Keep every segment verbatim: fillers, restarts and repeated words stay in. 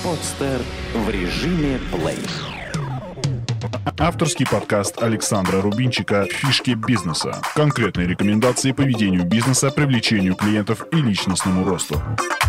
Подстер в режиме плей. Авторский подкаст Александра Рубинчика «Фишки бизнеса». Конкретные рекомендации по ведению бизнеса, привлечению клиентов и личностному росту.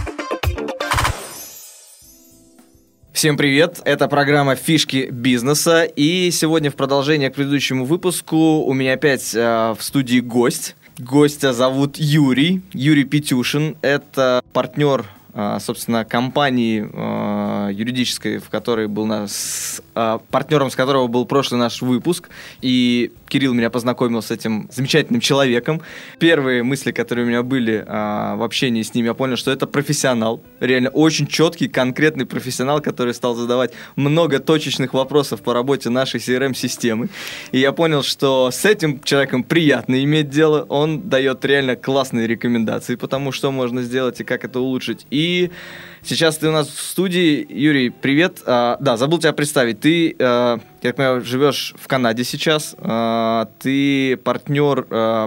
Всем привет, это программа «Фишки бизнеса», и сегодня в продолжение к предыдущему выпуску у меня опять э, в студии гость. Гостя зовут Юрий, Юрий Петюшин, это партнер, э, собственно, компании э, юридической, в которой был нас, э, партнером с которого был прошлый наш выпуск, и Кирилл меня познакомил с этим замечательным человеком. Первые мысли, которые у меня были а, в общении с ним, я понял, что это профессионал. Реально очень четкий, конкретный профессионал, который стал задавать много точечных вопросов по работе нашей си эр эм-системы. И я понял, что с этим человеком приятно иметь дело. Он дает реально классные рекомендации по тому, что можно сделать и как это улучшить. И сейчас ты у нас в студии. Юрий, привет. А, да, забыл тебя представить. Ты, а, я так понимаю, живешь в Канаде сейчас. А, ты партнер а,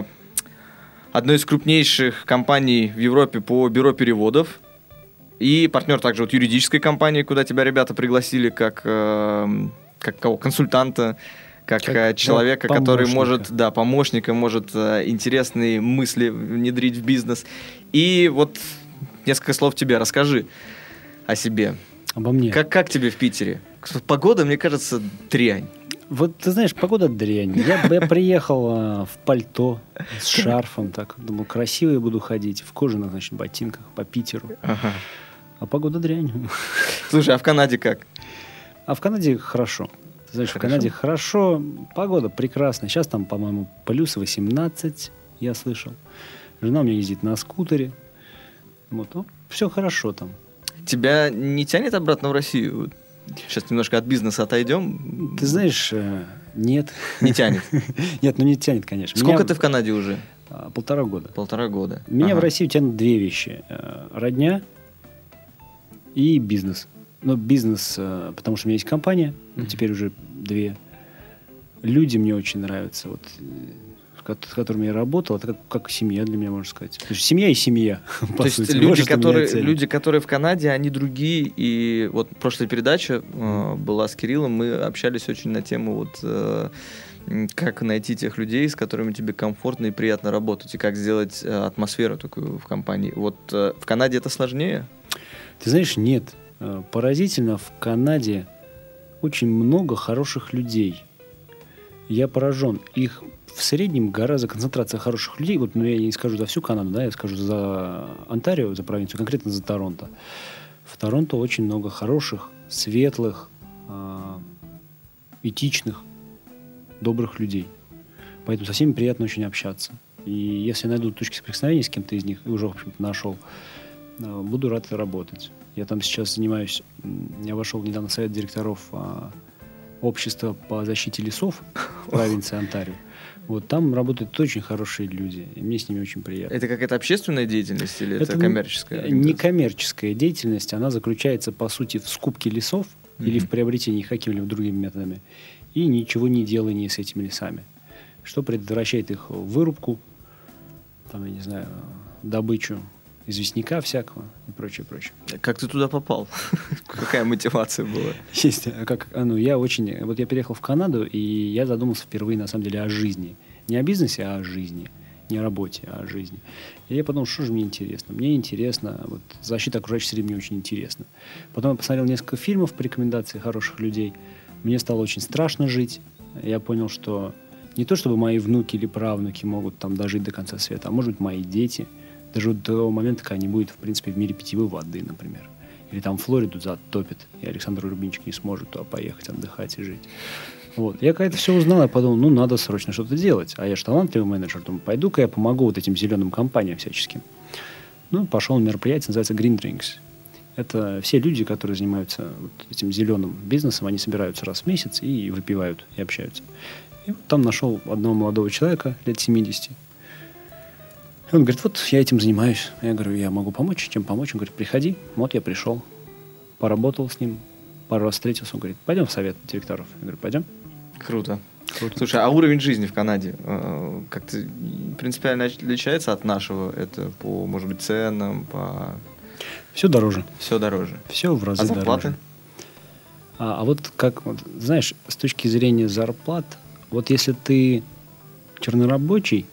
одной из крупнейших компаний в Европе по бюро переводов. И партнер также вот юридической компании, куда тебя ребята пригласили как, а, как кого? Консультанта, как, как человека, да, который может, да, помощника, может а, интересные мысли внедрить в бизнес. И вот несколько слов тебе. Расскажи о себе. Обо мне. Как, как тебе в Питере? Погода, мне кажется, дрянь. Вот ты знаешь, погода дрянь. Я, я приехал а, в пальто с шарфом, так думал, красиво я буду ходить, в кожаных, значит, ботинках по Питеру. Ага. А погода дрянь. Слушай, а в Канаде как? А в Канаде хорошо. Ты знаешь, хорошо? В Канаде хорошо, погода прекрасная. Сейчас там, по-моему, плюс восемнадцать, я слышал. Жена у меня ездит на скутере. Вот, ну, все хорошо там. Тебя не тянет обратно в Россию? Сейчас немножко от бизнеса отойдем. Ты знаешь, нет. Не тянет? Нет, ну не тянет, конечно. Сколько ты в Канаде уже? Полтора года. Полтора года. Меня ага. в Россию тянут две вещи. Родня и бизнес. Ну, бизнес, потому что у меня есть компания, mm-hmm. теперь уже две. Люди мне очень нравятся. Вот, с которыми я работал, это как, как семья для меня, можно сказать. То есть семья и семья, по То сути. есть люди которые, люди, которые в Канаде, они другие. И вот прошлая передача э, была с Кириллом, мы общались очень на тему вот, э, как найти тех людей, с которыми тебе комфортно и приятно работать, и как сделать э, атмосферу такую в компании. Вот э, в Канаде это сложнее? Ты знаешь, нет. Поразительно, в Канаде очень много хороших людей. Я поражен. Их в среднем гораздо концентрация хороших людей. Вот, ну, я не скажу за всю Канаду, да, я скажу за Онтарио, за провинцию, конкретно за Торонто. В Торонто очень много хороших, светлых, э, этичных, добрых людей. Поэтому со всеми приятно очень общаться. И если найду точки соприкосновения с кем-то из них, и уже, в общем-то, нашел, э, буду рад работать. Я там сейчас занимаюсь, я вошел недавно в совет директоров э, общества по защите лесов в провинции Онтарио. Вот там работают очень хорошие люди, и мне с ними очень приятно. Это какая-то общественная деятельность или это, это коммерческая? Не коммерческая деятельность, она заключается, по сути, в скупке лесов mm-hmm. или в приобретении их какими-либо другими методами, и ничего не делании с этими лесами, что предотвращает их вырубку, там, я не знаю, добычу известняка всякого и прочее, прочее. Как ты туда попал? Какая мотивация была? Есть, как, ну, я очень... Вот я переехал в Канаду, и я задумался впервые, на самом деле, о жизни. Не о бизнесе, а о жизни. Не о работе, а о жизни. И я подумал, что же мне интересно? Мне интересно... Вот, защита окружающей среды мне очень интересна. Потом я посмотрел несколько фильмов по рекомендации хороших людей. Мне стало очень страшно жить. Я понял, что не то, чтобы мои внуки или правнуки могут там дожить до конца света, а может быть, мои дети... Даже до того момента, когда не будет, в принципе, в мире питьевой воды, например. Или там Флориду затопит, и Александр Рубинчик не сможет туда поехать, отдыхать и жить. Вот. Я когда это все узнал, я подумал, ну, надо срочно что-то делать. А я же талантливый менеджер, думаю, пойду-ка я помогу вот этим зеленым компаниям всяческим. Ну, пошел на мероприятие, называется Green Drinks. Это все люди, которые занимаются вот этим зеленым бизнесом, они собираются раз в месяц и выпивают, и общаются. И вот там нашел одного молодого человека, лет семидесяти. И он говорит, вот я этим занимаюсь. Я говорю, я могу помочь, чем помочь? Он говорит, приходи. Вот я пришел, поработал с ним, пару раз встретился. Он говорит, пойдем в совет директоров. Я говорю, пойдем. Круто. Круто. Слушай, а уровень жизни в Канаде э, как-то принципиально отличается от нашего? Это по, может быть, ценам, по Все дороже. Все дороже. Все в разы А зарплаты? дороже. А, а вот как, вот, знаешь, с точки зрения зарплат, вот если ты чернорабочий,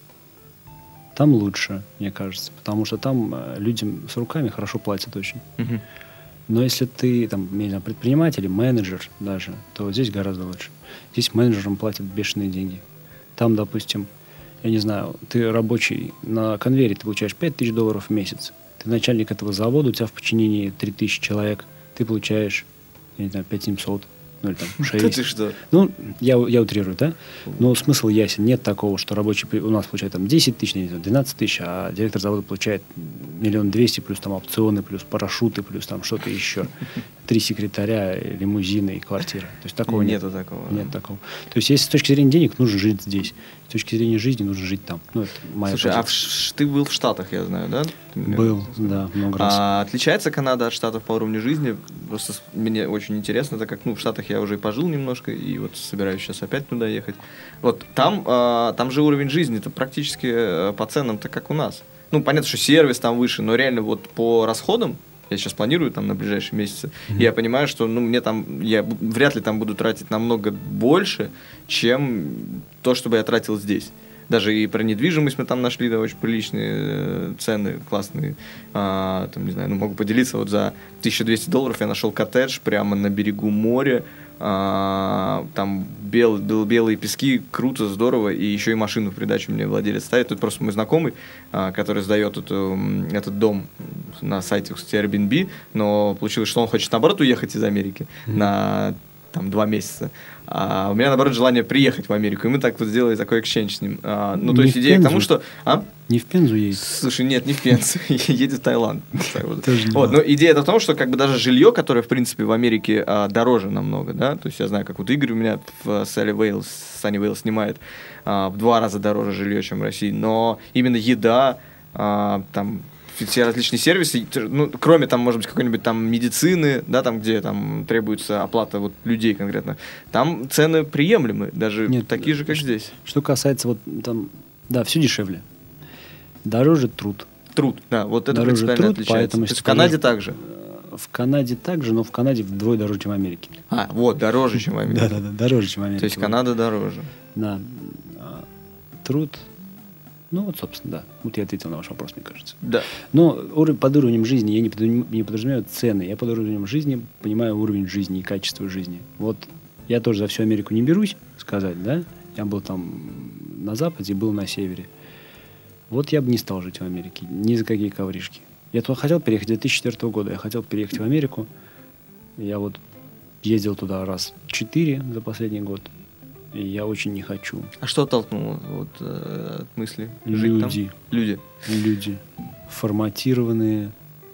там лучше, мне кажется, потому что там э, людям с руками хорошо платят очень. Мгм. Но если ты там, не знаю, предприниматель, менеджер даже, то здесь гораздо лучше. Здесь менеджерам платят бешеные деньги. Там, допустим, я не знаю, ты рабочий на конвейере, ты получаешь пять тысяч долларов в месяц. Ты начальник этого завода, у тебя в подчинении три тысячи человек, ты получаешь, я не знаю, пять тысяч семьсот, ну или там Да шесть. ты что? Ну, я, я утрирую, да? Но смысл ясен. Нет такого, что рабочий при- у нас получает там десять тысяч, не знаю, двенадцать тысяч, а директор завода получает миллион двести, плюс там опционы, плюс парашюты, плюс там что-то еще. Три секретаря, лимузины и квартира. То есть такого нет. Нету такого. Нет такого. То есть, если с точки зрения денег нужно жить здесь, с точки зрения жизни нужно жить там. Ну, это моя Слушай, а в позиция. Ш- ты был в Штатах, я знаю, да? Ты мне Был, рассказывал. да, много раз. А отличается Канада от Штатов по уровню жизни? Просто с- мне очень интересно, так как ну, в Штатах я уже и пожил немножко, и вот собираюсь сейчас опять туда ехать. Вот там, а, там же уровень жизни-то практически э, по ценам-то как у нас. Ну, понятно, что сервис там выше, но реально вот по расходам, я сейчас планирую там на ближайшие месяцы, Мгм. и я понимаю, что ну, мне там, я б- вряд ли там буду тратить намного больше, чем то, что бы я тратил здесь. Даже и про недвижимость мы там нашли, да, очень приличные э, цены, классные. А, там, не знаю, ну, могу поделиться, вот за тысячу двести долларов я нашел коттедж прямо на берегу моря. А, там бел, бел- белые пески, круто, здорово, и еще и машину в придачу мне владелец ставит. Тут просто мой знакомый, а, который сдает эту, м, этот дом на сайте, кстати, Airbnb, но получилось, что он хочет, наоборот, уехать из Америки Мгм. на там два месяца. А у меня, наоборот, желание приехать в Америку, и мы так вот сделали такой эксченж с ним. А, ну, то Не есть в идея к тому, Пензу? что... А? Не в Пензу едет. Слушай, нет, не в Пензу, едет в Таиланд. Так вот. Тоже не Вот, надо. но идея в том, что как бы даже жилье, которое, в принципе, в Америке а, дороже намного, да, то есть я знаю, как вот Игорь у меня в Салли Вейл, Sunny Vale снимает а, в два раза дороже жилье, чем в России, но именно еда, а, там, все различные сервисы, ну, кроме там, может быть, какой-нибудь там медицины, да, там, где там требуется оплата вот людей конкретно, там цены приемлемы, даже Нет, такие же, как ш- здесь. Что касается вот там, да, все дешевле. Дороже труд. Труд, да, вот это Дороже принципиально труд, отличается. поэтому То есть если в Канаде подожди- также. Э, В Канаде также, но в Канаде вдвое дороже, чем в Америке. А, вот, дороже, чем в Америке. Да-да-да, дороже, чем в Америке. То есть Вот. Канада дороже. Да. А, Труд. Ну вот, собственно, да. Вот я ответил на ваш вопрос, мне кажется. Да. Но уровень, под уровнем жизни я не, подразум- не подразумеваю цены. Я под уровнем жизни понимаю уровень жизни и качество жизни. Вот я тоже за всю Америку не берусь сказать, да? Я был там на западе, был на севере. Вот я бы не стал жить в Америке. Ни за какие ковришки. Я туда хотел переехать с две тысячи четвёртого года. Я хотел переехать в Америку. Я вот ездил туда раз четыре за последний год. И я очень не хочу. А что оттолкнуло вот, э, от мысли жить там? Люди. Люди. Люди форматированные,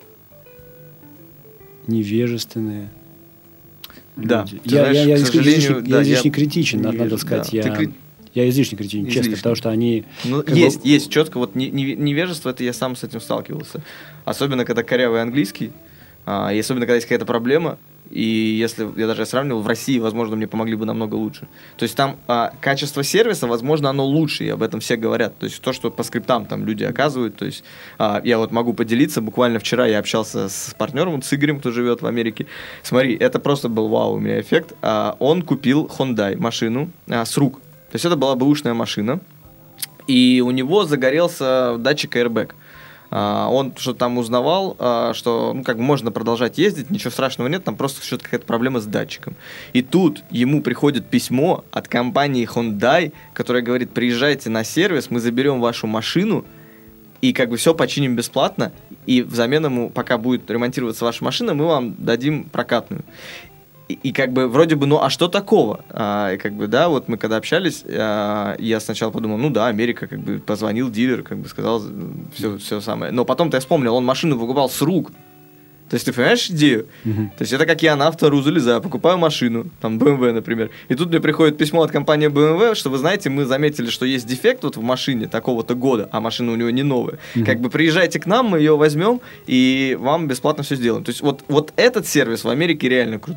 невежественные. Да. люди. Ты Я, знаешь, я, я к излишне, сожалению, я да, излишне я критичен, не надо, надо вижу, сказать. да. Я, Ты кри- я излишне критичен, честно, Излишне. потому что они... Ну, как есть, бы- есть, четко. Вот не- не- невежество, это я сам с этим сталкивался. Особенно, когда корявый английский. а, И особенно, когда есть какая-то проблема. И если я даже сравнивал, в России, возможно, мне помогли бы намного лучше. То есть там а, качество сервиса, возможно, оно лучше, и об этом все говорят. То есть то, что по скриптам там люди оказывают. То есть а, я вот могу поделиться. Буквально вчера я общался с партнером, вот с Игорем, кто живет в Америке. Смотри, это просто был вау у меня эффект. А, он купил Hyundai машину а, с рук. То есть это была бэушная машина. И у него загорелся датчик airbag. А, он что-то там узнавал, а, что ну, как бы можно продолжать ездить, ничего страшного нет, там просто что-то какая-то проблема с датчиком. И тут ему приходит письмо от компании Hyundai, которая говорит: приезжайте на сервис, мы заберем вашу машину, и как бы все починим бесплатно, и взамен ему, пока будет ремонтироваться ваша машина, мы вам дадим прокатную. И, и как бы вроде бы, ну а что такого? А, и как бы, да, вот мы когда общались, а, я сначала подумал, ну да, Америка, как бы позвонил дилер, как бы сказал все, все самое. Но потом-то я вспомнил, он машину покупал с рук. То есть ты понимаешь идею? Мгм. То есть это как я на автору залезаю, покупаю машину, там бэ эм вэ, например, и тут мне приходит письмо от компании бэ эм вэ, что вы знаете, мы заметили, что есть дефект вот в машине такого-то года, а машина у него не новая. Мгм. Как бы приезжайте к нам, мы ее возьмем и вам бесплатно все сделаем. То есть вот, вот этот сервис в Америке реально крутой.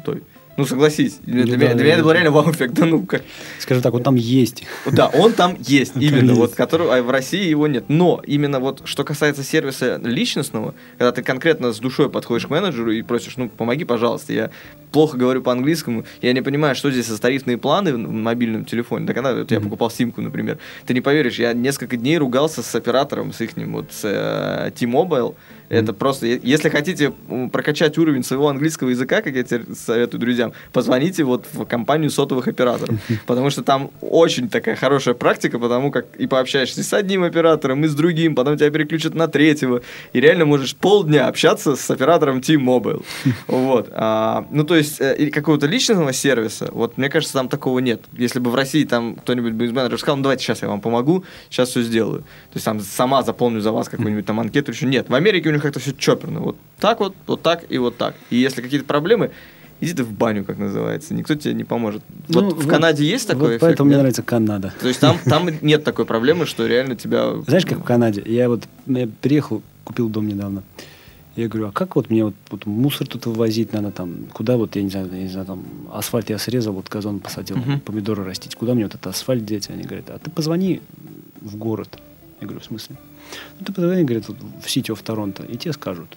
Ну, согласись, для, Ну, меня, да, для меня да, это был да. реально вау-эффект. Да ну как. Скажем так, он там есть. Да, он там есть, Он именно, там вот, есть. который, а в России его нет. Но именно вот, что касается сервиса личностного, когда ты конкретно с душой подходишь к менеджеру и просишь, ну, помоги, пожалуйста, я плохо говорю по-английскому, я не понимаю, что здесь за тарифные планы в мобильном телефоне. Да когда вот я покупал симку, например, ты не поверишь, я несколько дней ругался с оператором, с ихним, вот, с э, T-Mobile. Это просто, е- если хотите м, прокачать уровень своего английского языка, как я тебе советую друзьям, позвоните вот в компанию сотовых операторов, потому что там очень такая хорошая практика, потому как и пообщаешься с одним оператором, и с другим, потом тебя переключат на третьего, и реально можешь полдня общаться с оператором T-Mobile. Вот. А, ну, то есть, э, или какого-то личного сервиса, вот, мне кажется, там такого нет. Если бы в России там кто-нибудь бы из менеджеров сказал, ну, давайте сейчас я вам помогу, сейчас все сделаю. То есть, там, сама заполню за вас какую-нибудь там анкету, еще нет. В Америке у них как-то все чоперно. Вот так вот, вот так и вот так. И если какие-то проблемы, иди ты в баню, как называется. Никто тебе не поможет. Ну, вот в Канаде есть такой вот эффект? поэтому мне нет? нравится Канада. То есть там, там нет такой проблемы, что реально тебя... Знаешь, как в Канаде? Я вот я приехал, купил дом недавно. Я говорю, а как вот мне вот, вот мусор тут вывозить надо там? Куда вот, я не знаю, я не знаю, там асфальт я срезал, вот газон посадил, Мгм. помидоры растить. Куда мне вот этот асфальт деть? Они говорят, а ты позвони в город. Я говорю, в смысле? Ну, ты позвони, говорит, вот в City of Toronto, и тебе скажут.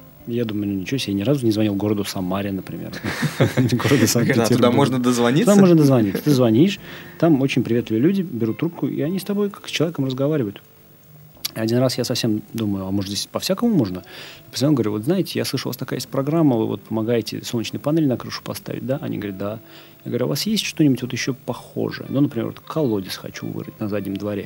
Я думаю, ну ничего себе, я ни разу не звонил городу Самаре, например. Городу А Санкт-Петербурга. туда можно дозвониться? Там можно дозвониться. Ты звонишь, там очень приветливые люди, берут трубку, и они с тобой как с человеком разговаривают. Один раз я совсем думаю, а может здесь по-всякому можно? Я позвонил, говорю, вот знаете, я слышал, у вас такая есть программа, вы вот помогаете солнечные панели на крышу поставить, да? Они говорят, да. Я говорю, а у вас есть что-нибудь вот еще похожее? Ну, например, вот колодец хочу вырыть на заднем дворе.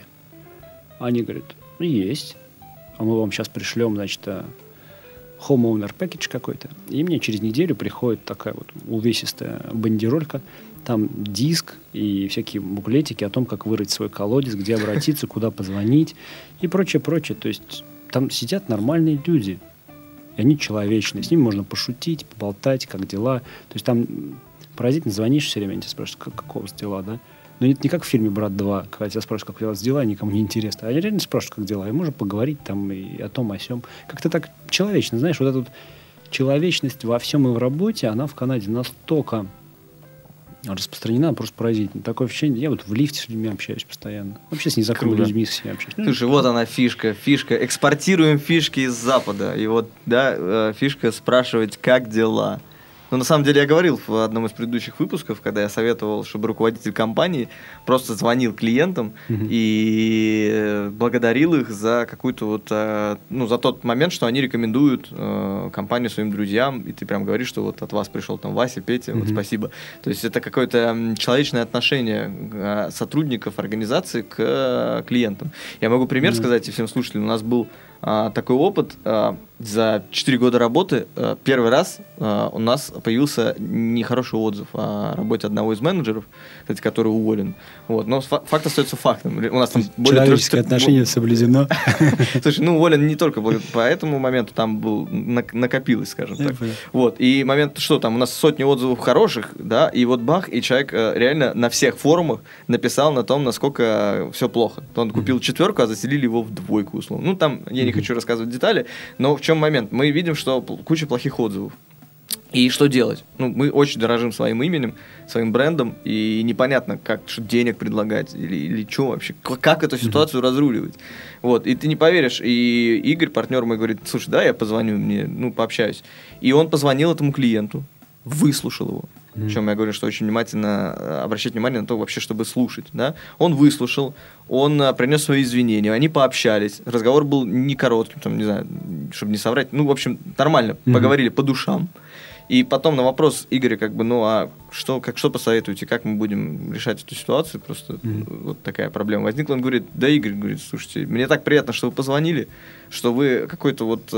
Они говорят, ну, есть. А мы вам сейчас пришлем, значит, э, homeowner package какой-то. И мне через неделю приходит такая вот увесистая бандеролька, там диск и всякие буклетики о том, как вырыть свой колодец, где обратиться, куда позвонить и прочее, прочее. То есть там сидят нормальные люди, и они человечные. С ними можно пошутить, поболтать, как дела. То есть там поразительно, звонишь все время, они тебя спрашивают, как, как у вас дела, да? Но это не как в фильме «Брат два», когда тебя спрашивают, как у вас дела, никому не интересно. Они реально спрашивают, как дела, и можно поговорить там и о том, о сём. Как-то так человечно, знаешь, вот эта вот человечность во всем и в работе, она в Канаде настолько распространена, просто поразительно. Такое ощущение, я вот в лифте с людьми общаюсь постоянно. Вообще с незнакомыми Круто. людьми с ними общаюсь. Ну, Слушай, вот она фишка, фишка. Экспортируем фишки из Запада. И вот, да, э, фишка спрашивать, как дела. Ну, на самом деле, я говорил в одном из предыдущих выпусков, когда я советовал, чтобы руководитель компании просто звонил клиентам Мгм. и э, благодарил их за какую-то вот, э, ну, за тот момент, что они рекомендуют э, компанию своим друзьям, и ты прям говоришь, что вот от вас пришел там Вася, Петя, вот Мгм. спасибо. То есть это какое-то м, человечное отношение э, сотрудников организации к э, клиентам. Я могу пример Мгм. сказать и всем слушателям. У нас был а, такой опыт. А, за четыре года работы а, первый раз а, у нас появился нехороший отзыв о работе одного из менеджеров, кстати, который уволен. Вот. Но фа- факт остается фактом. У нас там более человеческое трех- отношение соблюдено. Слушай, ну уволен не только по по этому моменту, там был нак- накопилось, скажем Я так. понял. Вот, и момент, что там, у нас сотни отзывов хороших, да, и вот бах, и человек э, реально на всех форумах написал на том, насколько все плохо. То он купил четверку, а заселили его в двойку, условно. Ну, там, я не хочу рассказывать детали, но в чем момент? Мы видим, что пл- куча плохих отзывов. И что делать? Ну, мы очень дорожим своим именем, своим брендом, и непонятно, как, что денег предлагать, или, или что вообще, к- как эту ситуацию разруливать. Вот, и ты не поверишь, и Игорь, партнер мой, говорит, слушай, да, я позвоню, мне, ну, пообщаюсь. И он позвонил этому клиенту, выслушал его. Причем я говорю, что очень внимательно э, обращать внимание на то, вообще, чтобы слушать. Да? Он выслушал, он э, принес свои извинения, они пообщались. Разговор был не коротким, там, не знаю, чтобы не соврать. Ну, в общем, нормально, Мгм. поговорили по душам. И потом на вопрос Игоря, как бы, ну, а что, как, что посоветуете, как мы будем решать эту ситуацию? Просто Мгм. вот такая проблема возникла. Он говорит, да, Игорь, говорит, слушайте, мне так приятно, что вы позвонили, что вы какой-то вот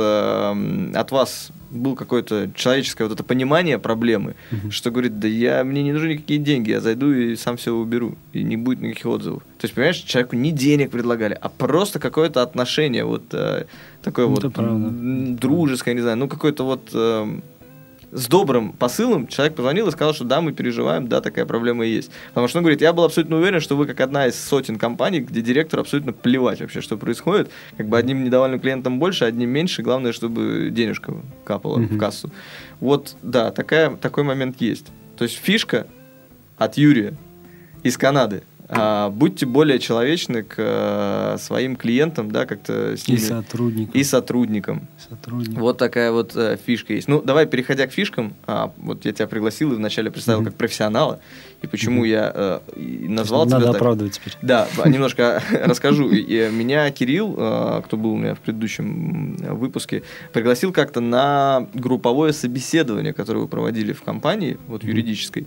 э, от вас был какое-то человеческое вот это понимание проблемы, Мгм. что говорит, да я, мне не нужны никакие деньги, я зайду и сам все уберу, и не будет никаких отзывов. То есть, понимаешь, человеку не денег предлагали, а просто какое-то отношение, вот э, такое Ну, вот это правда. м, дружеское, не знаю, ну какое-то вот... э, с добрым посылом человек позвонил и сказал, что да, мы переживаем, да, такая проблема и есть. Потому что он говорит, я был абсолютно уверен, что вы как одна из сотен компаний, где директору абсолютно плевать вообще, что происходит. Как бы одним недовольным клиентам больше, одним меньше. Главное, чтобы денежка капала Мгм. в кассу. Вот, да, такая, такой момент есть. То есть фишка от Юрия из Канады. А, будьте более человечны к а, своим клиентам, да, как-то с ними. И сотрудникам. И сотрудникам. Сотрудникам. Вот такая вот а, фишка есть. Ну, давай, переходя к фишкам, а, вот я тебя пригласил и вначале представил mm-hmm. как профессионала, и почему mm-hmm. я а, и назвал тебя надо так. оправдывать теперь. Да, немножко расскажу. Меня Кирилл, кто был у меня в предыдущем выпуске, пригласил как-то на групповое собеседование, которое вы проводили в компании, вот юридической.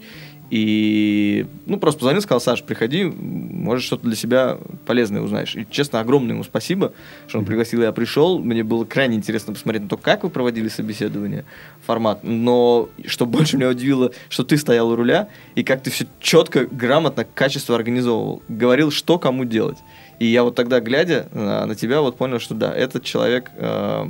И, ну, просто позвонил, сказал: Саш, приходи, может, что-то для себя полезное узнаешь. И, честно, огромное ему спасибо, что он пригласил, я пришел. Мне было крайне интересно посмотреть на то, как вы проводили собеседование, формат. Но что больше меня удивило, что ты стоял у руля, и как ты все четко, грамотно, качественно организовывал. Говорил, что кому делать. И я вот тогда, глядя на, на тебя, вот понял, что да, этот человек... Э,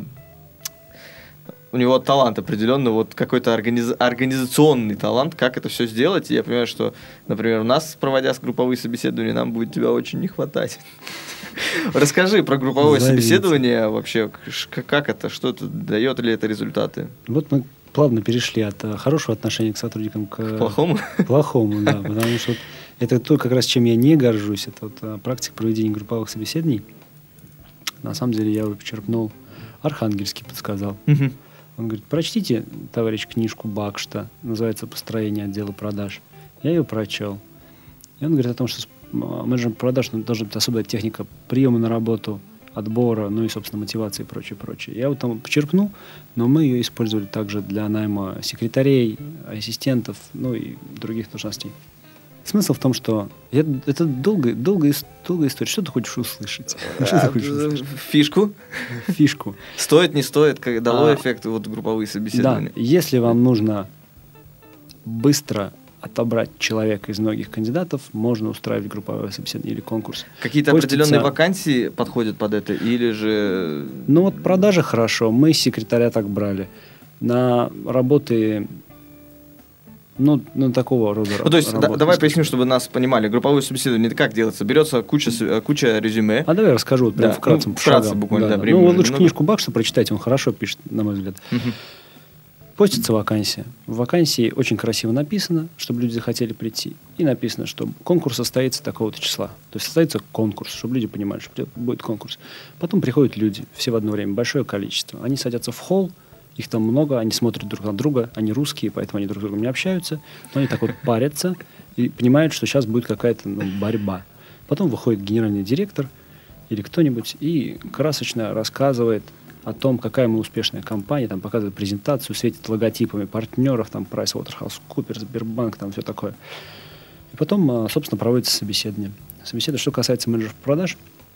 у него талант определенно, вот какой-то организ... организационный талант, как это все сделать. И я понимаю, что, например, у нас, проводя групповые собеседования, нам будет тебя очень не хватать. Расскажи про групповое собеседование вообще, как это, что это, дает ли это результаты? Вот мы плавно перешли от хорошего отношения к сотрудникам к плохому. Плохому, да, потому что это то, как раз чем я не горжусь, это вот практика проведения групповых собеседований. На самом деле я его почерпнул, Архангельский подсказал. Он говорит: прочтите, товарищ, книжку Бакшта, называется «Построение отдела продаж». Я ее прочел. И он говорит о том, что менеджером продаж должна быть особая техника приема на работу, отбора, ну и, собственно, мотивации и прочее, прочее. Я вот там почерпнул, но мы ее использовали также для найма секретарей, ассистентов, ну и других должностей. Смысл в том, что я, это долгая, долгая, долгая история. Что ты хочешь услышать? Что ты хочешь услышать? Фишку. Фишку. Стоит, не стоит, как дало а, эффект вот групповые собеседования. Да, если вам нужно быстро отобрать человека из многих кандидатов, можно устраивать групповое собеседование или конкурс. Какие-то Хочется... определенные вакансии подходят под это, или же... Ну вот продажи хорошо, мы секретаря так брали. На работы... Ну, ну, такого рода. Ну, то есть, да, давай поясню, чтобы нас понимали. Групповое собеседование, это как делается? Берется куча, куча резюме. А давай я расскажу, вот, прям да. вкратце. Ну, вкратце буквально, да. да, да. Ну, вы лучше книжку Бакшта прочитайте, он хорошо пишет, на мой взгляд. Угу. Постится вакансия. В вакансии очень красиво написано, чтобы люди захотели прийти. И написано, что конкурс состоится такого-то числа. То есть состоится конкурс, чтобы люди понимали, что будет конкурс. Потом приходят люди, все в одно время, большое количество. Они садятся в холл, их там много, они смотрят друг на друга, они русские, поэтому они друг с другом не общаются, но они так вот парятся и понимают, что сейчас будет какая-то ну, борьба. Потом выходит генеральный директор или кто-нибудь и красочно рассказывает о том, какая мы успешная компания, там показывает презентацию, светит логотипами партнеров, там PricewaterhouseCoopers, Сбербанк, там все такое. И потом, собственно, проводится собеседование. Собеседование, что касается менеджеров продаж,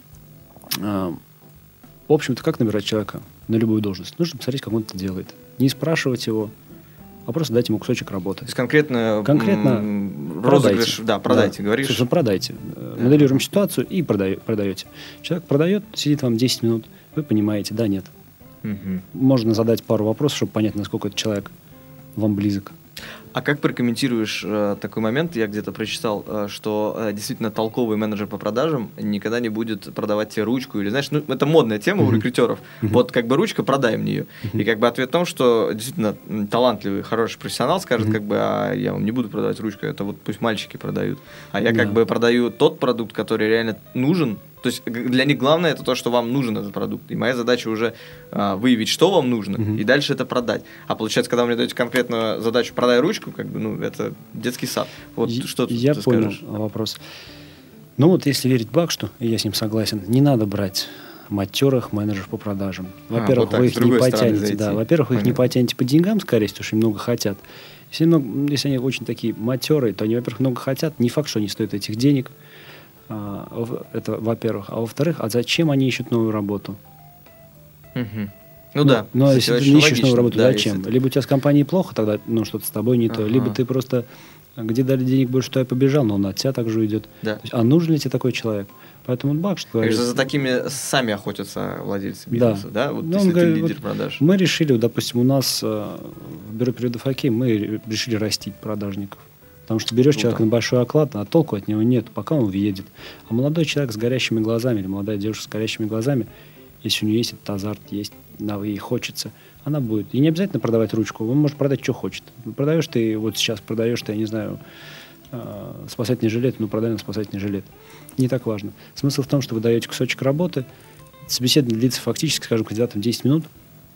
в общем-то, как набирать человека на любую должность? Нужно посмотреть, как он это делает. Не спрашивать его, а просто дать ему кусочек работы. То есть конкретно, конкретно м- розыгрыш, да, продайте, да, говоришь. Собственно, продайте. Моделируем ситуацию и продай, продаете. Человек продает, сидит вам десять минут, вы понимаете, да, нет. Угу. Можно задать пару вопросов, чтобы понять, насколько этот человек вам близок. А как прокомментируешь э, такой момент? Я где-то прочитал, э, что э, действительно толковый менеджер по продажам никогда не будет продавать тебе ручку. Или, знаешь, ну, это модная тема uh-huh. у рекрутеров. Uh-huh. Вот как бы ручка, продай мне ее. Uh-huh. И как бы ответ в том, что действительно талантливый, хороший профессионал скажет, uh-huh. как бы, а я вам не буду продавать ручку, это вот пусть мальчики продают. А я yeah. как бы продаю тот продукт, который реально нужен. То есть для них главное это то, что вам нужен этот продукт. И моя задача уже а, выявить, что вам нужно, uh-huh. и дальше это продать. А получается, когда вы мне даете конкретную задачу «продай ручку», как бы, ну, это детский сад. Вот я, что я ты понял скажешь? Вопрос. Ну вот если верить Бакшту, и я с ним согласен, не надо брать матерых менеджеров по продажам. Во-первых, а, вот вы их не потянете. Да, во-первых, вы их не потянете по деньгам, скорее всего, что много хотят. Если, много, если они очень такие матерые, то они, во-первых, много хотят. Не факт, что они стоят этих денег. Это, во-первых. А во-вторых, а зачем они ищут новую работу? Угу. Ну, ну да. Но если ты не ищешь новую работу, да, зачем? Это... Либо у тебя с компанией плохо, тогда ну, что-то с тобой не ага. то. Либо ты просто, где дали денег больше, то я побежал, но он от тебя также уйдет. Да. То есть, а нужен ли тебе такой человек? Поэтому Бакшт говорит... Конечно, за такими сами охотятся владельцы бизнеса, да? да? Вот ну, если говорит, ты лидер вот продаж. Мы решили, вот, допустим, у нас в бюро периодов хоккей мы решили растить продажников. Потому что берешь человека на большой оклад, а толку от него нет, пока он въедет. А молодой человек с горящими глазами или молодая девушка с горящими глазами, если у нее есть этот азарт, есть да, ей хочется, она будет. И не обязательно продавать ручку, он может продать, что хочет. Продаешь ты, вот сейчас продаешь ты, я не знаю, э, спасательный жилет, ну, продай на спасательный жилет. Не так важно. Смысл в том, что вы даете кусочек работы, собеседование длится фактически, скажем, кандидатам десять минут,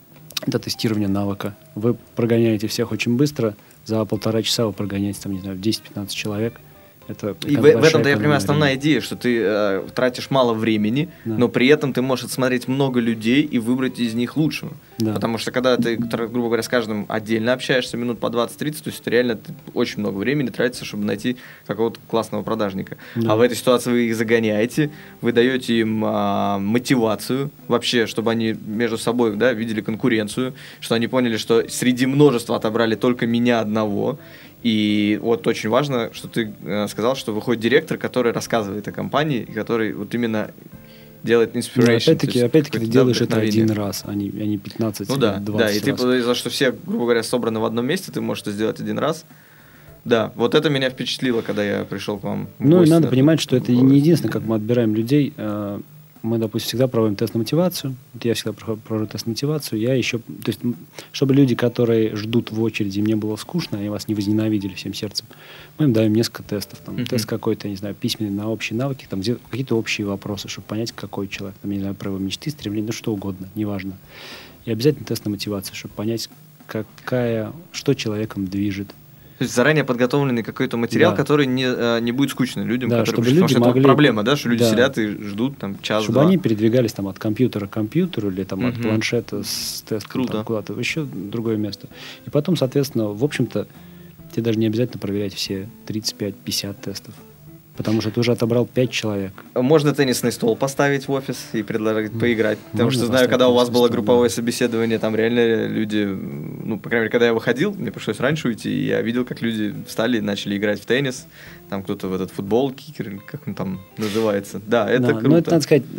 это тестирование навыка. Вы прогоняете всех очень быстро, за полтора часа вы прогоняете, там, не знаю, десять-пятнадцать человек. Это и в, в этом-то, я понимаю, основная идея, что ты э, тратишь мало времени, да. но при этом ты можешь отсмотреть много людей и выбрать из них лучшего. Да. Потому что когда ты, грубо говоря, с каждым отдельно общаешься минут по двадцать-тридцать, то есть это реально очень много времени тратится, чтобы найти какого-то классного продажника. Да. А в этой ситуации вы их загоняете, вы даете им э, мотивацию вообще, чтобы они между собой, да, видели конкуренцию, что они поняли, что среди множества отобрали только меня одного. И вот очень важно, что ты э, сказал, что выходит директор, который рассказывает о компании, и который вот именно делает inspiration. Да, опять-таки, опять-таки ты делаешь это один раз, а не, а не пятнадцать, ну да, двадцать да, и ты, раз. за что все, грубо говоря, собраны в одном месте, ты можешь это сделать один раз. Да, вот это меня впечатлило, когда я пришел к вам в Ну, гости, и надо да, понимать, что это в не единственное, как мы отбираем людей. Мы, допустим, всегда проводим тест на мотивацию. Вот я всегда провожу тест на мотивацию. Я еще, то есть, чтобы люди, которые ждут в очереди, им не было скучно, они вас не возненавидели всем сердцем, мы им даем несколько тестов. Там, uh-huh. Тест какой-то, не знаю, письменный на общие навыки, там, где, какие-то общие вопросы, чтобы понять, какой человек. Там, не знаю, про его мечты, стремления, ну, что угодно, неважно. И обязательно тест на мотивацию, чтобы понять, какая, что человеком движет. То есть заранее подготовленный какой-то материал, да. который не, не будет скучным людям, да, которые, чтобы люди потому могли... это проблема, да, что люди да. сидят и ждут там час-два. Чтобы они передвигались там от компьютера к компьютеру или там, угу. от планшета с тестом там, куда-то в еще другое место. И потом, соответственно, в общем-то, тебе даже не обязательно проверять все тридцать пять пятьдесят тестов. Потому что ты уже отобрал пять человек. Можно теннисный стол поставить в офис и предложить поиграть. Потому Можно что знаю, когда у вас было групповое стол, собеседование, там реально люди, ну, по крайней мере, когда я выходил, мне пришлось раньше уйти, и я видел, как люди встали и начали играть в теннис. Там кто-то в этот футбол, кикер, или как он там называется. Да, это да, круто. Ну, это, надо сказать,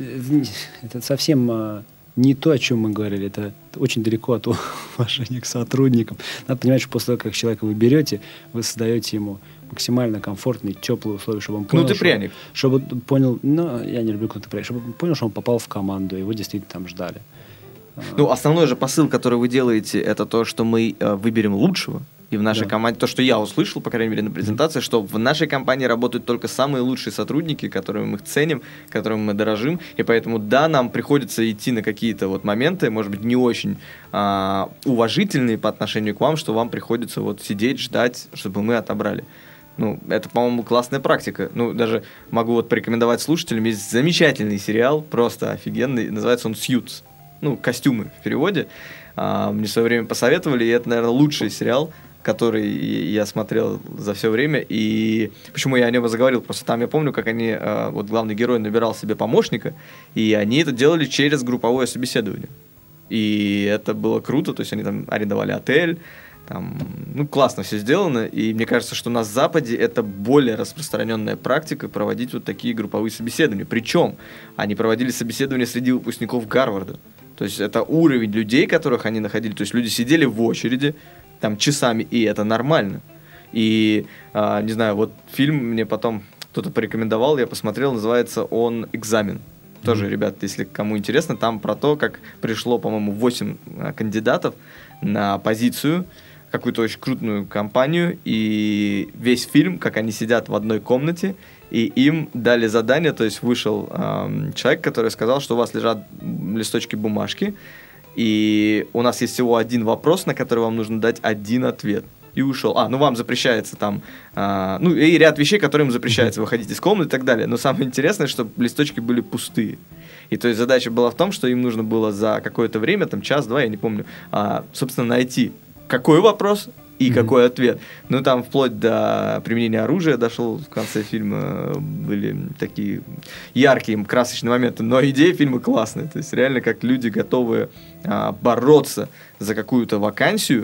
это совсем а, не то, о чем мы говорили. Это очень далеко от уважения к сотрудникам. Надо понимать, что после того, как человека вы берете, вы создаете ему максимально комфортные, теплые условия, чтобы он понял, ну, ты пряник. Чтобы он понял, ну, я не люблю, когда ты пряник, чтобы он понял, что он попал в команду, его действительно там ждали. Ну, основной же посыл, который вы делаете, это то, что мы э, выберем лучшего. И в нашей да. команде, то, что я услышал, по крайней мере, на презентации, mm-hmm. что в нашей компании работают только самые лучшие сотрудники, которыми мы ценим, которыми мы дорожим. И поэтому, да, нам приходится идти на какие-то вот моменты, может быть, не очень э, уважительные по отношению к вам, что вам приходится вот сидеть, ждать, чтобы мы отобрали. Ну, это, по-моему, классная практика. Ну, даже могу вот порекомендовать слушателям. Есть замечательный сериал, просто офигенный. Называется он «Сьютс». Ну, «Костюмы» в переводе. А, мне в свое время посоветовали, и это, наверное, лучший сериал, который я смотрел за все время. И почему я о нем и заговорил? Просто там я помню, как они, вот главный герой набирал себе помощника, и они это делали через групповое собеседование. И это было круто, то есть они там арендовали отель, там, ну, классно все сделано, и мне кажется, что на Западе это более распространенная практика проводить вот такие групповые собеседования. Причем они проводили собеседования среди выпускников Гарварда. То есть это уровень людей, которых они находили. То есть люди сидели в очереди там часами, и это нормально. И, а, не знаю, вот фильм мне потом кто-то порекомендовал, я посмотрел, называется он «Экзамен». Тоже, mm-hmm. ребят, если кому интересно, там про то, как пришло, по-моему, восемь кандидатов на позицию, какую-то очень крупную компанию, и весь фильм, как они сидят в одной комнате, и им дали задание, то есть вышел эм, человек, который сказал, что у вас лежат листочки бумажки, и у нас есть всего один вопрос, на который вам нужно дать один ответ. И ушел. А, ну вам запрещается там, а, ну и ряд вещей, которым им запрещается выходить из комнаты и так далее. Но самое интересное, чтобы листочки были пустые. И то есть задача была в том, что им нужно было за какое-то время, там час-два, я не помню, а, собственно, найти, какой вопрос и mm-hmm. какой ответ. Ну там вплоть до применения оружия дошел в конце фильма, были такие яркие, красочные моменты. Но идея фильма классная. То есть реально как люди готовы а, бороться за какую-то вакансию,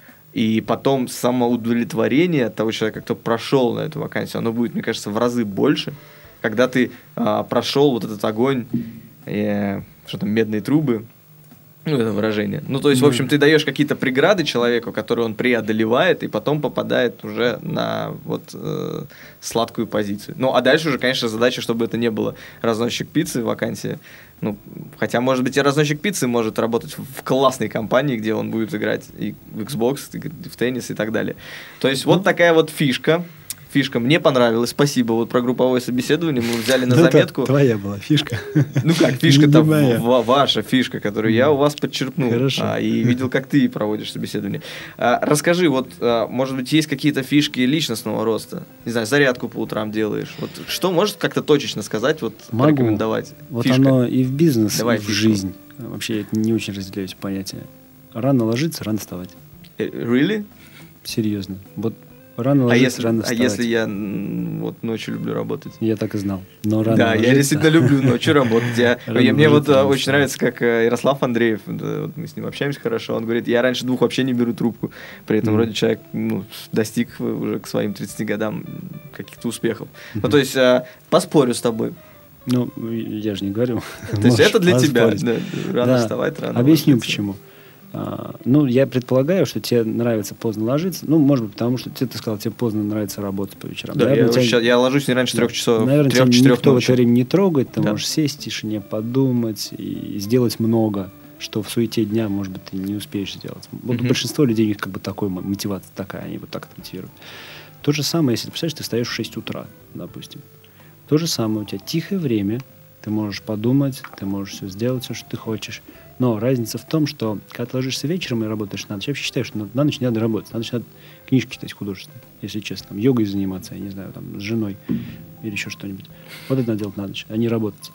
и потом самоудовлетворение от того человека, кто прошел на эту вакансию, оно будет, мне кажется, в разы больше, когда ты а, прошел вот этот огонь, э, что там, медные трубы, Ну, это выражение. Ну, то есть, в общем, ты даешь какие-то преграды человеку, которые он преодолевает, и потом попадает уже на вот э, сладкую позицию. Ну, а дальше уже, конечно, задача, чтобы это не было разносчик пиццы, вакансия. Ну, хотя, может быть, и разносчик пиццы может работать в классной компании, где он будет играть и в Xbox, и в теннис и так далее. То есть, вот такая вот фишка. Фишка мне понравилась, спасибо. Вот про групповое собеседование мы взяли на заметку. Твоя была фишка. Ну как, фишка-то ваша фишка, которую я у вас подчеркнул. Хорошо. И видел, как ты проводишь собеседование. Расскажи, вот, может быть, есть какие-то фишки личностного роста? Не знаю, зарядку по утрам делаешь. Вот что можешь как-то точечно сказать, вот порекомендовать? Вот оно и в бизнес, Давай и в фишку. Жизнь. Вообще я не очень разделяю эти понятия. Рано ложиться, рано вставать. Really? Серьезно. Вот рано А ложиться, если, рано а вставать. если я м, вот ночью люблю работать? Я так и знал. Но рано Да, ложиться... я действительно люблю ночью работать. Я, Рано я, мне вот ложиться, а, рано очень вставать. нравится, как э, Ярослав Андреев, да, вот мы с ним общаемся хорошо, он говорит, я раньше двух вообще не беру трубку. При этом Мгм. вроде человек ну, достиг уже к своим тридцати годам каких-то успехов. Ну, Мгм. то есть, а, поспорю с тобой. Ну, я же не говорю. То есть, это для тебя. Поспорить. Да, рано Да. вставать, рано Объясню ложиться. почему. А, ну, я предполагаю, что тебе нравится поздно ложиться. Ну, может быть, потому что тебе, ты сказал, тебе поздно нравится работать по вечерам. Да, Наверное, я, тебя- щас- я ложусь не раньше Да. трех часов, Наверное, тебя трех-четырех никто в это ночи. время не трогает. Ты Да. можешь сесть в тишине, подумать и сделать много, что в суете дня, может быть, ты не успеешь сделать. Вот Мгм. у большинства людей у них как бы такой мо- мотивация такая, они вот так это мотивируют. То же самое, если ты представляешь, ты встаешь в шесть утра, допустим. То же самое, у тебя тихое время, ты можешь подумать, ты можешь все сделать, все, что ты хочешь. Но разница в том, что когда ты ложишься вечером и работаешь на ночь, я вообще считаю, что на, на ночь не надо работать, на ночь надо книжки читать художественные, если честно, там, йогой заниматься, я не знаю, там, с женой или еще что-нибудь. Вот это надо делать на ночь, а не работать.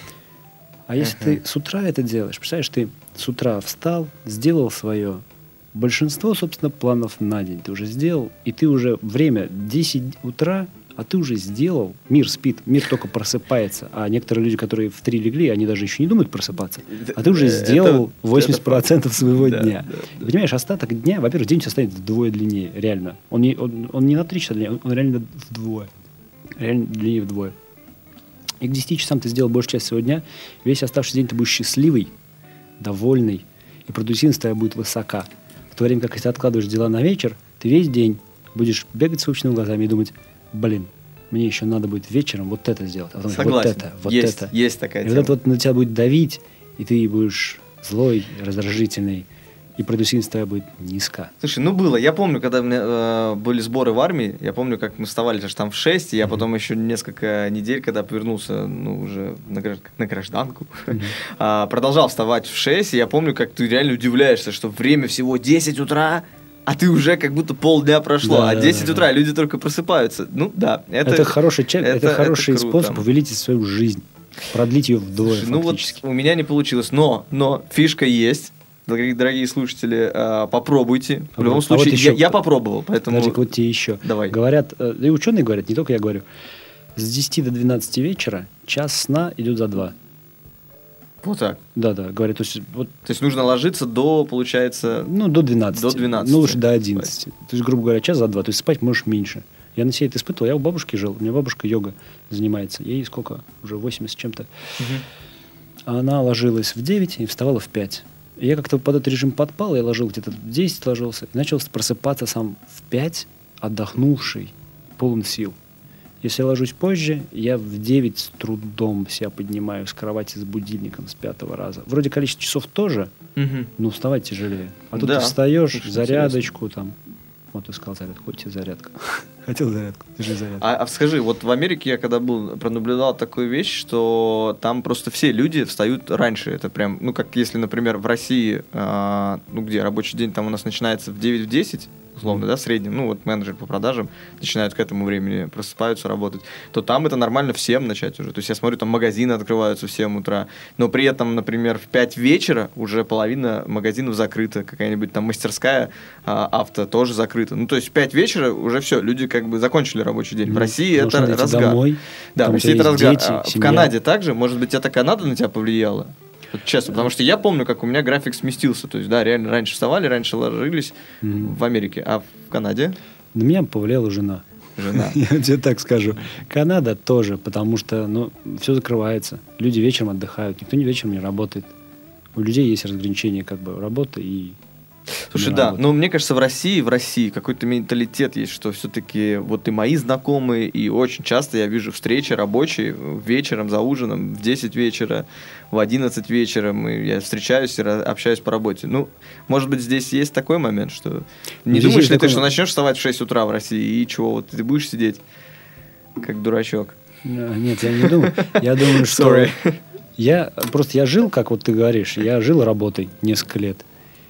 А если ты с утра это делаешь, представляешь, ты с утра встал, сделал свое, большинство, собственно, планов на день ты уже сделал, и ты уже время десять утра, а ты уже сделал, мир спит, мир только просыпается, а некоторые люди, которые в три легли, они даже еще не думают просыпаться, а ты уже Это- сделал это восемьдесят процентов своего Да, дня. да, И понимаешь, остаток дня, во-первых, день у тебя станет вдвое длиннее, реально. Он не, он, он не на три часа длиннее, он реально вдвое. Реально длиннее вдвое. И к десяти часам ты сделал большую часть своего дня, весь оставшийся день ты будешь счастливый, довольный, и продуктивность твоя будет высока. В то время как, если ты откладываешь дела на вечер, ты весь день будешь бегать с выпученными глазами и думать, блин, мне еще надо будет вечером вот это сделать, а потом вот Согласен. это, вот есть, это. есть такая И тема. вот это вот на тебя будет давить, и ты будешь злой, раздражительный, и продуктивность твоя будет низка. Слушай, ну было. Я помню, когда у меня э, были сборы в армии, я помню, как мы вставали даже там в шесть, и я потом еще несколько недель, когда повернулся, ну, уже на, гражд- на гражданку, а, продолжал вставать в шесть, и я помню, как ты реально удивляешься, что время всего десять утра, а ты уже как будто полдня прошло, Да, а да, десять да. утра люди только просыпаются. Ну да, это... Это, хороший, ча- это, это- это хороший круто. способ увеличить свою жизнь, продлить ее вдвое Слушай, ну вот фактически. у меня не получилось, но, но фишка есть. Дорогие, дорогие слушатели, э, попробуйте. В А любом вот- а случае, вот еще- я, я попробовал, поэтому... Подожди, вот тебе еще. Давай. Говорят, э, да и ученые говорят, не только я говорю, с десяти до двенадцати вечера час сна идет за два. Вот так. Да-да, говорят, то есть, вот, То есть нужно ложиться до, получается... ну, до двенадцати. До двенадцати. Ну, лучше до одиннадцати. То есть, грубо говоря, час за два. То есть, спать можешь меньше. Я на себе это испытывал. Я у бабушки жил. У меня бабушка йога занимается. Ей сколько? Уже восемьдесят с чем-то. А она ложилась в девять и вставала в пять. И я как-то под этот режим подпал. Я ложил где-то в десять ложился. И начал просыпаться сам в пять, отдохнувший, полон сил. Если я ложусь позже, я в девять с трудом себя поднимаю с кровати с будильником с пятого раза. Вроде количество часов тоже, Мгм. но вставать тяжелее. А тут Да, ты встаешь, очень зарядочку там. Вот ты сказал зарядку. Вот тебе зарядка. Хотел зарядку. Ты же зарядку. А, а скажи, вот в Америке я когда был, пронаблюдал такую вещь, что там просто все люди встают раньше. Это прям, ну, как если, например, в России, а, ну, где рабочий день там у нас начинается в девять-десять, условно, да, в среднем, ну, вот менеджер по продажам начинают к этому времени просыпаются работать, то там это нормально в семь начать уже. То есть я смотрю, там магазины открываются в семь утра, но при этом, например, в пять вечера уже половина магазинов закрыта, какая-нибудь там мастерская а, авто тоже закрыта. Ну, то есть в пять вечера уже все, люди как бы закончили рабочий день. В Ну, России потому это что надо идти разгар. домой, Да, в потому России что это есть разгар. дети, А в семья. Канаде также? Может быть, это Канада на тебя повлияла? Вот честно, потому что я помню, как у меня график сместился. То есть, да, реально раньше вставали, раньше ложились Мгм. в Америке, а в Канаде На меня повлияла жена. жена. Я тебе так скажу. Канада тоже, потому что, ну, все закрывается. Люди вечером отдыхают. Никто не вечером не работает. У людей есть разграничение как бы работы и... Слушай, да, но мне кажется, в России, в России какой-то менталитет есть, что все-таки вот и мои знакомые, и очень часто я вижу встречи рабочие вечером за ужином, в десять вечера, в одиннадцать вечера, и я встречаюсь и общаюсь по работе. Ну, может быть, здесь есть такой момент, что... Не здесь думаешь ли ты, такой... что начнешь вставать в шесть утра в России, и чего, вот ты будешь сидеть как дурачок? Нет, я не думаю. Я думаю, что... Я просто я жил, как вот ты говоришь, я жил работой несколько лет.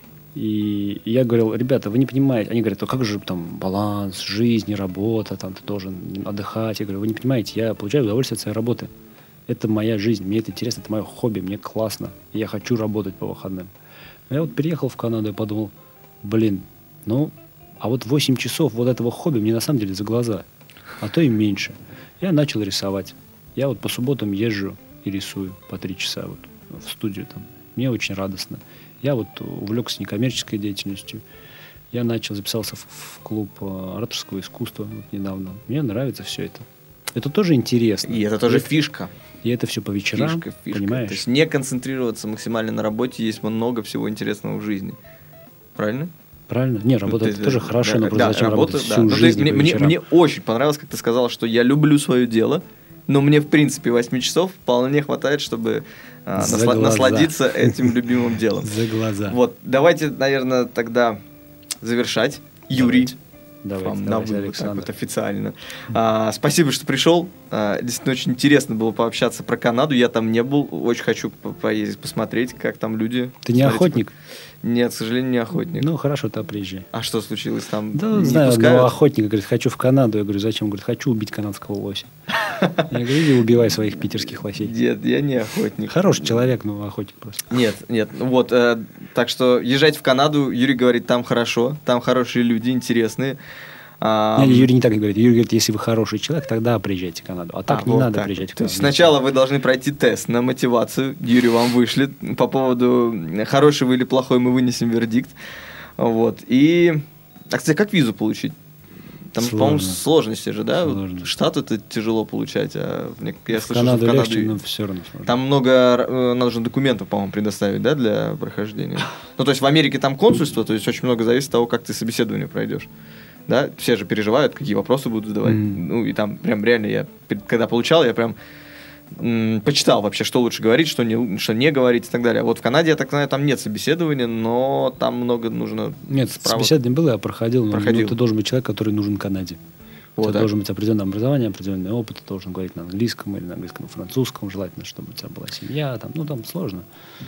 И я говорил, ребята, вы не понимаете. Они говорят, а как же там баланс, жизнь, работа, там ты должен отдыхать. Я говорю, вы не понимаете, я получаю удовольствие от своей работы. Это моя жизнь, мне это интересно, это мое хобби, мне классно. И я хочу работать по выходным. Я вот переехал в Канаду и подумал, блин, ну, а вот восемь часов вот этого хобби мне на самом деле за глаза, а то и меньше. Я начал рисовать. Я вот по субботам езжу и рисую по три часа вот в студию там. Мне очень радостно. Я вот увлекся некоммерческой деятельностью. Я начал, записался в, в клуб ораторского искусства вот недавно. Мне нравится все это. Это тоже интересно. И это тоже и фишка. И это все по вечерам, фишка, фишка. понимаешь? То есть не концентрироваться максимально на работе, есть много всего интересного в жизни. Правильно? Правильно? Не, работа ну, это ты, тоже да, хорошо, да, но просто да, зачем работа, работать да. всю ну, жизнь ты, мне, по мне, вечерам? мне очень понравилось, как ты сказал, что я люблю свое дело, но мне, в принципе, восемь часов вполне хватает, чтобы а, насла- насладиться этим любимым делом. За глаза. Вот, давайте, наверное, тогда завершать. Юрий. Давайте, Вам давайте, на вы, Александр. вот так вот официально. А, спасибо, что пришел. А, действительно, очень интересно было пообщаться про Канаду. Я там не был. Очень хочу по- поездить, посмотреть, как там люди. Ты не Смотрите, охотник? Нет, к сожалению, не охотник. Ну, хорошо, тогда приезжай. А что случилось там? Да, не знаю, пускают? одного охотника, говорит, хочу в Канаду. Я говорю, зачем? Говорит, хочу убить канадского лося. Я говорю, иди убивай своих питерских лосей. Нет, я не охотник. Хороший человек, но охотник просто. Нет, нет, ну вот, э, так что езжать в Канаду, Юрий говорит, там хорошо, там хорошие люди, интересные. А, Не, Юрий не так говорит. Юрий говорит, если вы хороший человек, тогда приезжайте в Канаду. А так а, не вот надо так. приезжать в То Канаду. есть сначала вы должны пройти тест на мотивацию, Юрий вам вышлет, по поводу хороший вы или плохой мы вынесем вердикт. Вот, и... А, кстати, как визу получить? Там, Сложно. по-моему, сложности же, да? Сложно. Вот Штат это тяжело получать, а в, не- я В слышал, Канаду что в легче, Канаду... но все равно сложно. Там много э, нужно документов, по-моему, предоставить, да, для прохождения. Ну, то есть в Америке там консульство, то есть очень много зависит от того, как ты собеседование пройдешь. Да, все же переживают, какие вопросы будут задавать. Mm. Ну, и там прям реально я, когда получал, я прям м, почитал вообще, что лучше говорить, что не, что не говорить и так далее. Вот в Канаде, я так знаю, там нет собеседования, но там много нужно Нет, справок. собеседование было, я проходил, но Проходил. ну, ты должен быть человек, который нужен Канаде. У Вот, тебя да. должен быть определенное образование, определенный опыт, ты должен говорить на английском или на английском и французском, желательно, чтобы у тебя была семья, там, ну, там сложно.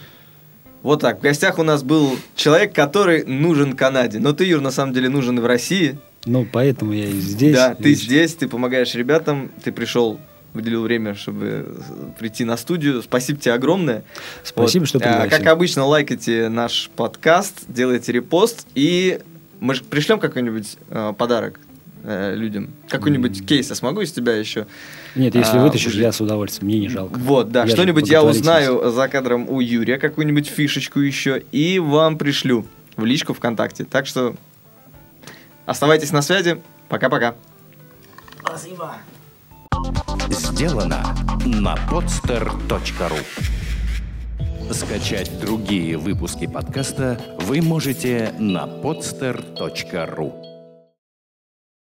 Вот так. В гостях у нас был человек, который нужен Канаде. Но ты, Юр, на самом деле нужен и в России. Ну, поэтому я и здесь. Да, ты и- здесь, ты помогаешь ребятам, ты пришел, выделил время, чтобы прийти на студию. Спасибо тебе огромное. Спасибо, Вот. что А, пригласил. Как обычно, лайкайте наш подкаст, делайте репост, и мы же пришлем какой-нибудь э, подарок э, людям. Какой-нибудь кейс. Я смогу из тебя еще? Нет, если а, вытащишь, выжить. я с удовольствием, мне не жалко. Вот, да, Я же что-нибудь я благотворительность. узнаю за кадром у Юрия, какую-нибудь фишечку еще, и вам пришлю в личку ВКонтакте. Так что оставайтесь на связи. Пока-пока. Сделано на podster точка ру. Скачать другие выпуски подкаста вы можете на podster точка ру.